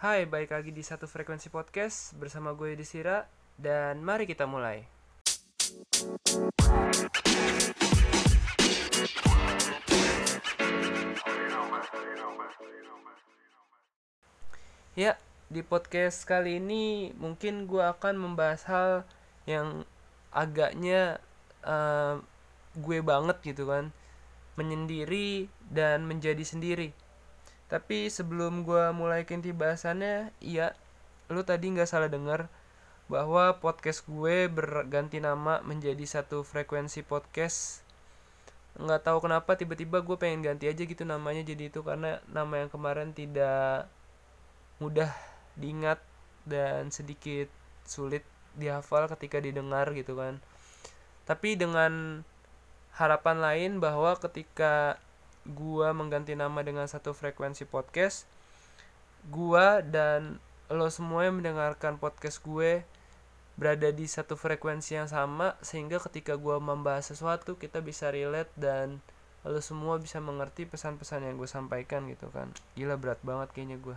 Hai, balik lagi di Satu Frekuensi Podcast bersama gue Desira dan mari kita mulai. Ya, di podcast kali ini mungkin gue akan membahas hal yang agaknya eh, gue banget gitu kan, menyendiri dan menjadi sendiri. Tapi sebelum gue mulai ke inti bahasannya, iya, lu tadi nggak salah dengar bahwa podcast gue berganti nama menjadi Satu Frekuensi Podcast. Nggak tahu kenapa tiba-tiba gue pengen ganti aja gitu namanya jadi itu, karena nama yang kemarin tidak mudah diingat dan sedikit sulit dihafal ketika didengar gitu kan. Tapi dengan harapan lain bahwa ketika gue mengganti nama dengan Satu Frekuensi Podcast, gue dan lo semua yang mendengarkan podcast gue berada di satu frekuensi yang sama, sehingga ketika gue membahas sesuatu kita bisa relate dan lo semua bisa mengerti pesan-pesan yang gue sampaikan gitu kan. Gila, berat banget kayaknya gue.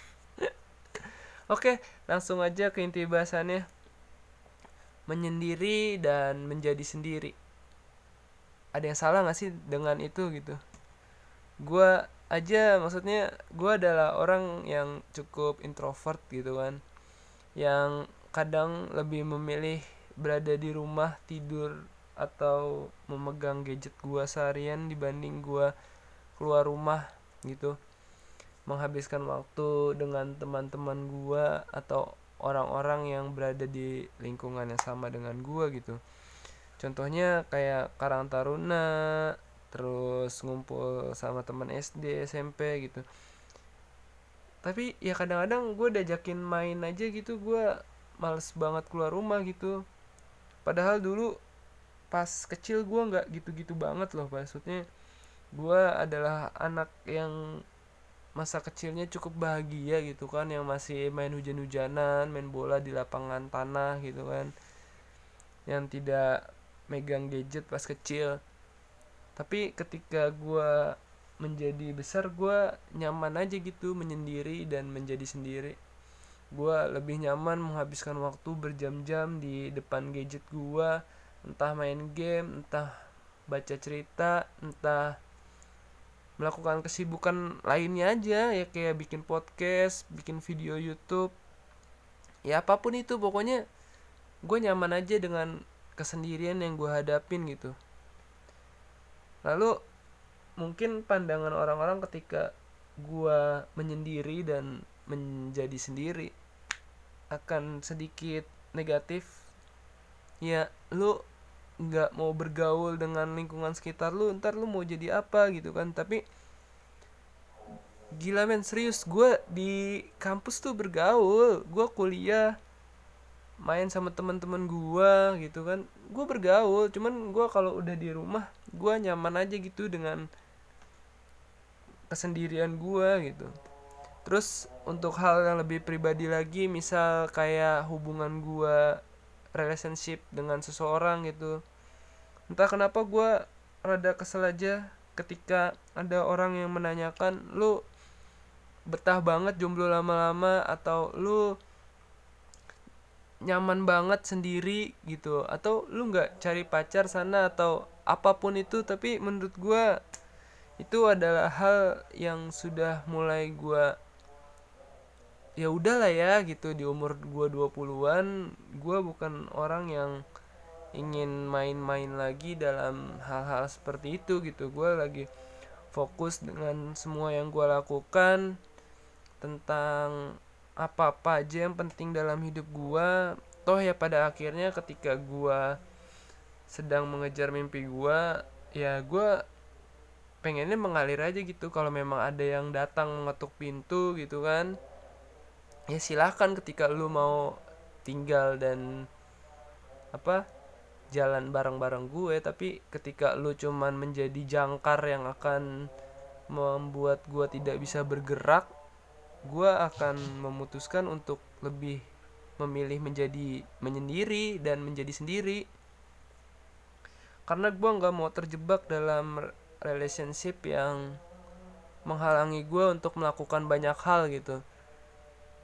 Oke, langsung aja ke inti bahasannya. Menyendiri dan menjadi sendiri, ada yang salah gak sih dengan itu gitu? Gue aja, maksudnya gue adalah orang yang cukup introvert gitu kan, yang kadang lebih memilih berada di rumah tidur atau memegang gadget gua seharian dibanding gua keluar rumah gitu, menghabiskan waktu dengan teman-teman gua atau orang-orang yang berada di lingkungan yang sama dengan gua gitu. Contohnya kayak Karang Taruna, terus ngumpul sama teman SD, SMP gitu. Tapi ya kadang-kadang gue diajakin main aja gitu, gue males banget keluar rumah gitu. Padahal dulu pas kecil gue nggak gitu-gitu banget loh, maksudnya gue adalah anak yang masa kecilnya cukup bahagia gitu kan, yang masih main hujan-hujanan, main bola di lapangan tanah gitu kan, yang tidak megang gadget pas kecil. Tapi ketika gue menjadi besar, gue nyaman aja gitu menyendiri dan menjadi sendiri. Gue lebih nyaman menghabiskan waktu berjam-jam di depan gadget gue, entah main game, entah baca cerita, entah melakukan kesibukan lainnya aja, ya kayak bikin podcast, bikin video YouTube, ya apapun itu pokoknya gue nyaman aja dengan kesendirian yang gue hadapin gitu. Lalu mungkin pandangan orang-orang ketika gue menyendiri dan menjadi sendiri akan sedikit negatif. Ya, lu nggak mau bergaul dengan lingkungan sekitar lu, ntar lu mau jadi apa gitu kan. Tapi gila men, serius, gue di kampus tuh bergaul, gue kuliah, main sama teman-teman gue gitu kan, gue bergaul. Cuman gue kalau udah di rumah, gue nyaman aja gitu dengan kesendirian gue gitu. Terus untuk hal yang lebih pribadi lagi, misal kayak hubungan gue, relationship dengan seseorang gitu, entah kenapa gue rada kesel aja ketika ada orang yang menanyakan, lu betah banget jomblo lama-lama atau lu nyaman banget sendiri gitu, atau lu nggak cari pacar sana atau apapun itu. Tapi menurut gue itu adalah hal yang sudah mulai gue, ya udahlah ya gitu, di umur gue 20-an gue bukan orang yang ingin main-main lagi dalam hal-hal seperti itu gitu. Gue lagi fokus dengan semua yang gue lakukan, tentang apa-apa aja yang penting dalam hidup gue. Toh ya pada akhirnya ketika gue sedang mengejar mimpi gue, ya gue pengennya mengalir aja gitu. Kalau memang ada yang datang mengetuk pintu gitu kan, ya silahkan ketika lu mau tinggal dan apa, jalan bareng-bareng gue. Tapi ketika lu cuman menjadi jangkar yang akan membuat gue tidak bisa bergerak, gue akan memutuskan untuk lebih memilih menjadi menyendiri dan menjadi sendiri. Karena gue gak mau terjebak dalam relationship yang menghalangi gue untuk melakukan banyak hal gitu.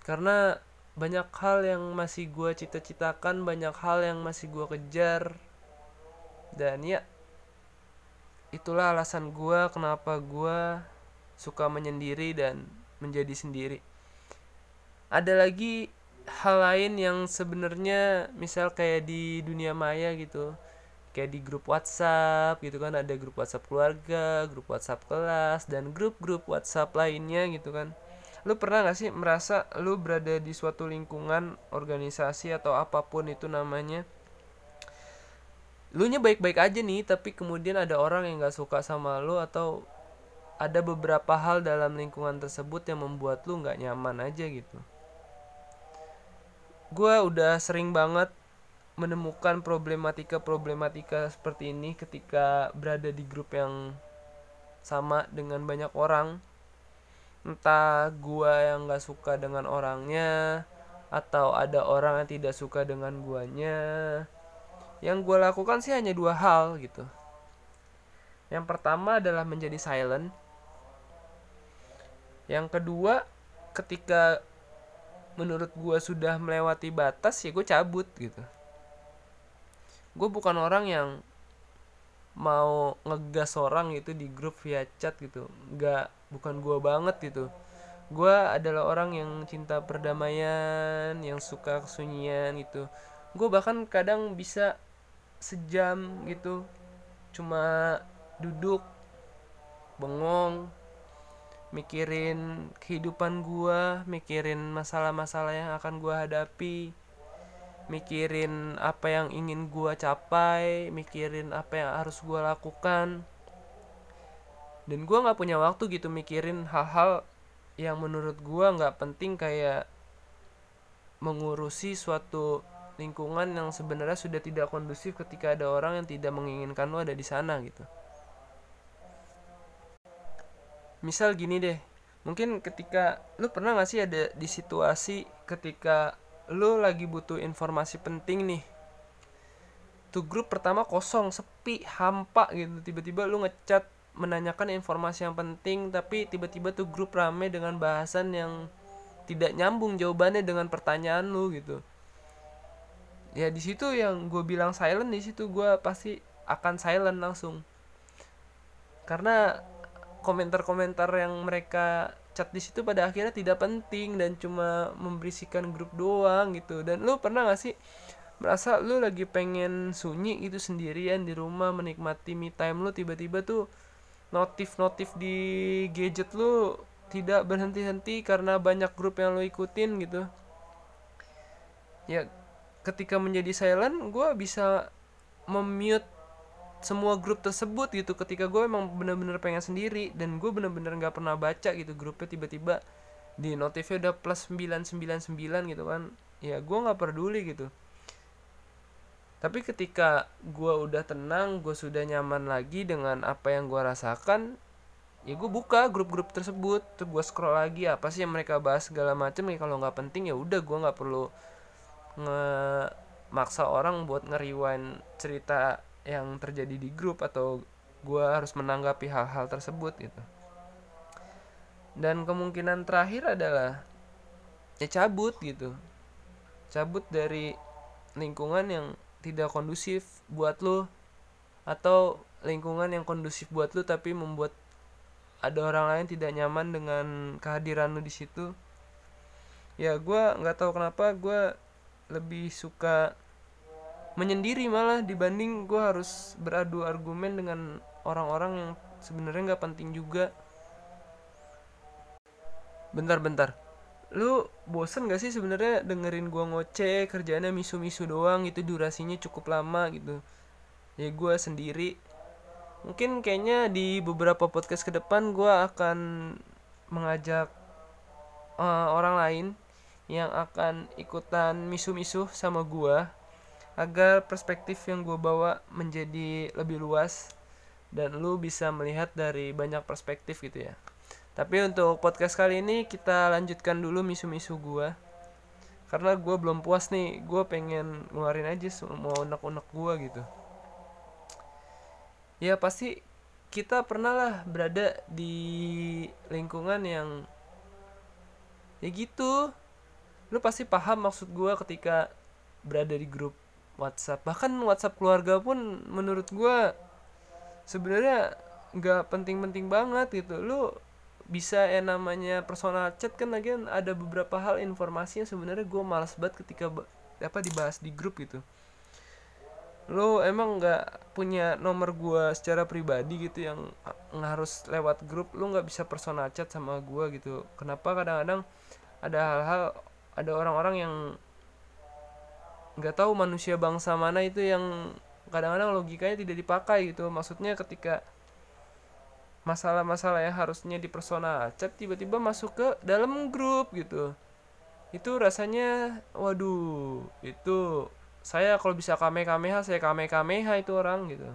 Karena banyak hal yang masih gue cita-citakan, banyak hal yang masih gue kejar. Dan ya, itulah alasan gue kenapa gue suka menyendiri dan menjadi sendiri. Ada lagi hal lain yang sebenarnya misal kayak di dunia maya gitu, kayak di grup WhatsApp gitu kan, ada grup WhatsApp keluarga, grup WhatsApp kelas, dan grup-grup WhatsApp lainnya gitu kan. Lu pernah gak sih merasa lu berada di suatu lingkungan organisasi atau apapun itu namanya, lu nya baik-baik aja nih, tapi kemudian ada orang yang gak suka sama lu, atau ada beberapa hal dalam lingkungan tersebut yang membuat lu gak nyaman aja gitu. Gue udah sering banget menemukan problematika seperti ini ketika berada di grup yang sama dengan banyak orang. Entah gue yang gak suka dengan orangnya, atau ada orang yang tidak suka dengan guanya. Yang gue lakukan sih hanya dua hal gitu. Yang pertama adalah menjadi silent. Yang kedua, ketika menurut gue sudah melewati batas, ya gue cabut gitu. Gue bukan orang yang mau ngegas orang gitu di grup via chat gitu, nggak, bukan gue banget gitu. Gue adalah orang yang cinta perdamaian, yang suka kesunyian gitu. Gue bahkan kadang bisa sejam gitu cuma duduk bengong, mikirin kehidupan gue, mikirin masalah-masalah yang akan gue hadapi, mikirin apa yang ingin gue capai, mikirin apa yang harus gue lakukan. Dan gue gak punya waktu gitu mikirin hal-hal yang menurut gue gak penting, kayak mengurusi suatu lingkungan yang sebenarnya sudah tidak kondusif ketika ada orang yang tidak menginginkan lo ada di sana gitu. Misal gini deh, mungkin ketika lu pernah gak sih ada di situasi ketika lu lagi butuh informasi penting nih, tuh grup pertama kosong, sepi, hampa gitu, tiba-tiba lu ngechat menanyakan informasi yang penting, tapi tiba-tiba tuh grup rame dengan bahasan yang tidak nyambung jawabannya dengan pertanyaan lu gitu. Ya di situ yang gue bilang silent, di situ gue pasti akan silent langsung, karena komentar-komentar yang mereka chat di situ pada akhirnya tidak penting dan cuma memberisikan grup doang gitu. Dan lu pernah gak sih merasa lu lagi pengen sunyi gitu sendirian di rumah menikmati me time lu, tiba-tiba tuh notif-notif di gadget lu tidak berhenti-henti karena banyak grup yang lu ikutin gitu. Ya ketika menjadi silent, gue bisa memute semua grup tersebut gitu ketika gue emang bener-bener pengen sendiri, dan gue bener-bener gak pernah baca gitu grupnya, tiba-tiba di notifnya udah plus 999 gitu kan. Ya gue gak peduli gitu. Tapi ketika gue udah tenang, gue sudah nyaman lagi dengan apa yang gue rasakan, ya gue buka grup-grup tersebut, terus gue scroll lagi apa sih yang mereka bahas segala macam. Ya kalau nggak penting ya udah, gue nggak perlu maksa orang buat nge-rewind cerita yang terjadi di grup, atau gue harus menanggapi hal-hal tersebut gitu. Dan kemungkinan terakhir adalah ya cabut gitu, cabut dari lingkungan yang tidak kondusif buat lo, atau lingkungan yang kondusif buat lo tapi membuat ada orang lain tidak nyaman dengan kehadiran lo di situ. Ya gue nggak tahu kenapa gue lebih suka menyendiri malah dibanding gue harus beradu argumen dengan orang-orang yang sebenarnya nggak penting juga. Bentar-bentar, lu bosen gak sih sebenarnya dengerin gue ngoceh, kerjaannya misu-misu doang gitu, durasinya cukup lama gitu. Ya gue sendiri, mungkin kayaknya di beberapa podcast ke depan gue akan mengajak orang lain yang akan ikutan misu-misu sama gue, agar perspektif yang gue bawa menjadi lebih luas dan lu bisa melihat dari banyak perspektif gitu ya. Tapi untuk podcast kali ini kita lanjutkan dulu misu-misu gue, karena gue belum puas nih, gue pengen ngeluarin aja semua unek-unek gue gitu. Ya pasti kita pernah lah berada di lingkungan yang ya gitu, Lu pasti paham maksud gue ketika berada di grup WhatsApp. Bahkan WhatsApp keluarga pun menurut gue sebenarnya nggak penting-penting banget gitu. Lu bisa yang namanya personal chat kan, lagi ada beberapa hal informasi yang sebenarnya gue malas banget ketika dibahas di grup gitu. Lu emang nggak punya nomor gue secara pribadi gitu yang harus lewat grup, lu nggak bisa personal chat sama gue gitu. Kenapa kadang-kadang ada hal-hal, ada orang-orang yang nggak tahu manusia bangsa mana itu yang kadang-kadang logikanya tidak dipakai gitu. Maksudnya ketika masalah-masalah yang harusnya di personal chat tiba-tiba masuk ke dalam grup gitu, itu rasanya waduh, itu saya kalau bisa kamehameha saya kamehameha itu orang gitu.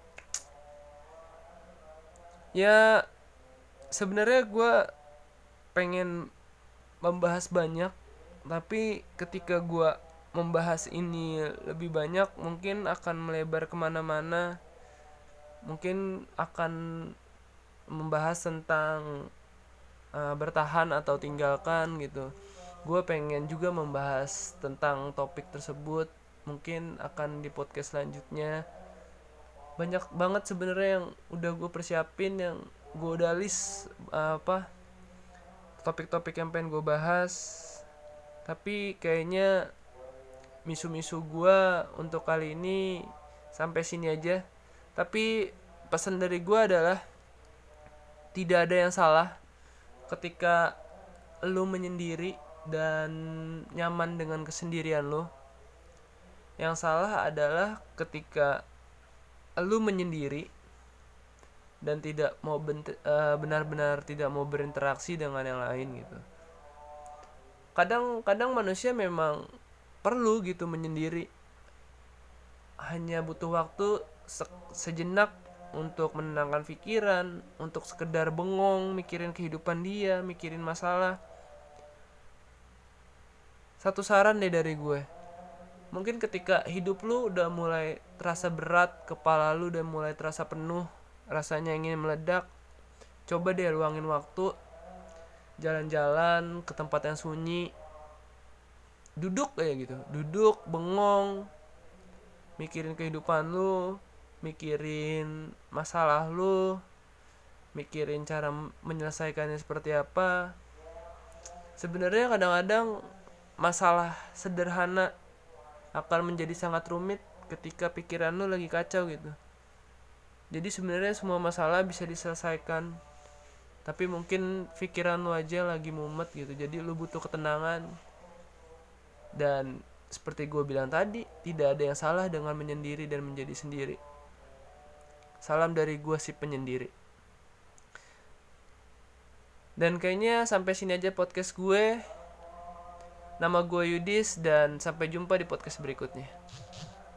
Ya sebenarnya gue pengen membahas banyak, tapi ketika gue membahas ini lebih banyak mungkin akan melebar kemana-mana. Mungkin akan membahas tentang bertahan atau tinggalkan gitu. Gue pengen juga membahas tentang topik tersebut, mungkin akan di podcast selanjutnya. Banyak banget sebenarnya yang udah gue persiapin, yang gue udah list topik-topik yang pengen gue bahas. Tapi kayaknya misu-misu gue untuk kali ini sampai sini aja. Tapi pesan dari gue adalah tidak ada yang salah ketika lu menyendiri dan nyaman dengan kesendirian lu. Yang salah adalah ketika lu menyendiri dan tidak mau benar-benar tidak mau berinteraksi dengan yang lain gitu. Kadang manusia memang perlu gitu menyendiri, hanya butuh waktu sejenak untuk menenangkan pikiran, untuk sekedar bengong mikirin kehidupan dia, mikirin masalah. Satu saran deh dari gue, mungkin ketika hidup lu udah mulai terasa berat, kepala lu udah mulai terasa penuh, rasanya ingin meledak, coba deh luangin waktu, jalan-jalan ke tempat yang sunyi, duduk kayak gitu, duduk bengong, mikirin kehidupan lu, mikirin masalah lu, mikirin cara menyelesaikannya seperti apa. Sebenarnya kadang-kadang masalah sederhana akan menjadi sangat rumit ketika pikiran lu lagi kacau gitu. Jadi sebenarnya semua masalah bisa diselesaikan, tapi mungkin pikiran lu aja lagi mumet gitu. Jadi lu butuh ketenangan. Dan seperti gue bilang tadi, tidak ada yang salah dengan menyendiri dan menjadi sendiri. Salam dari gue si penyendiri. Dan kayaknya sampai sini aja podcast gue. Nama gue Yudis dan sampai jumpa di podcast berikutnya.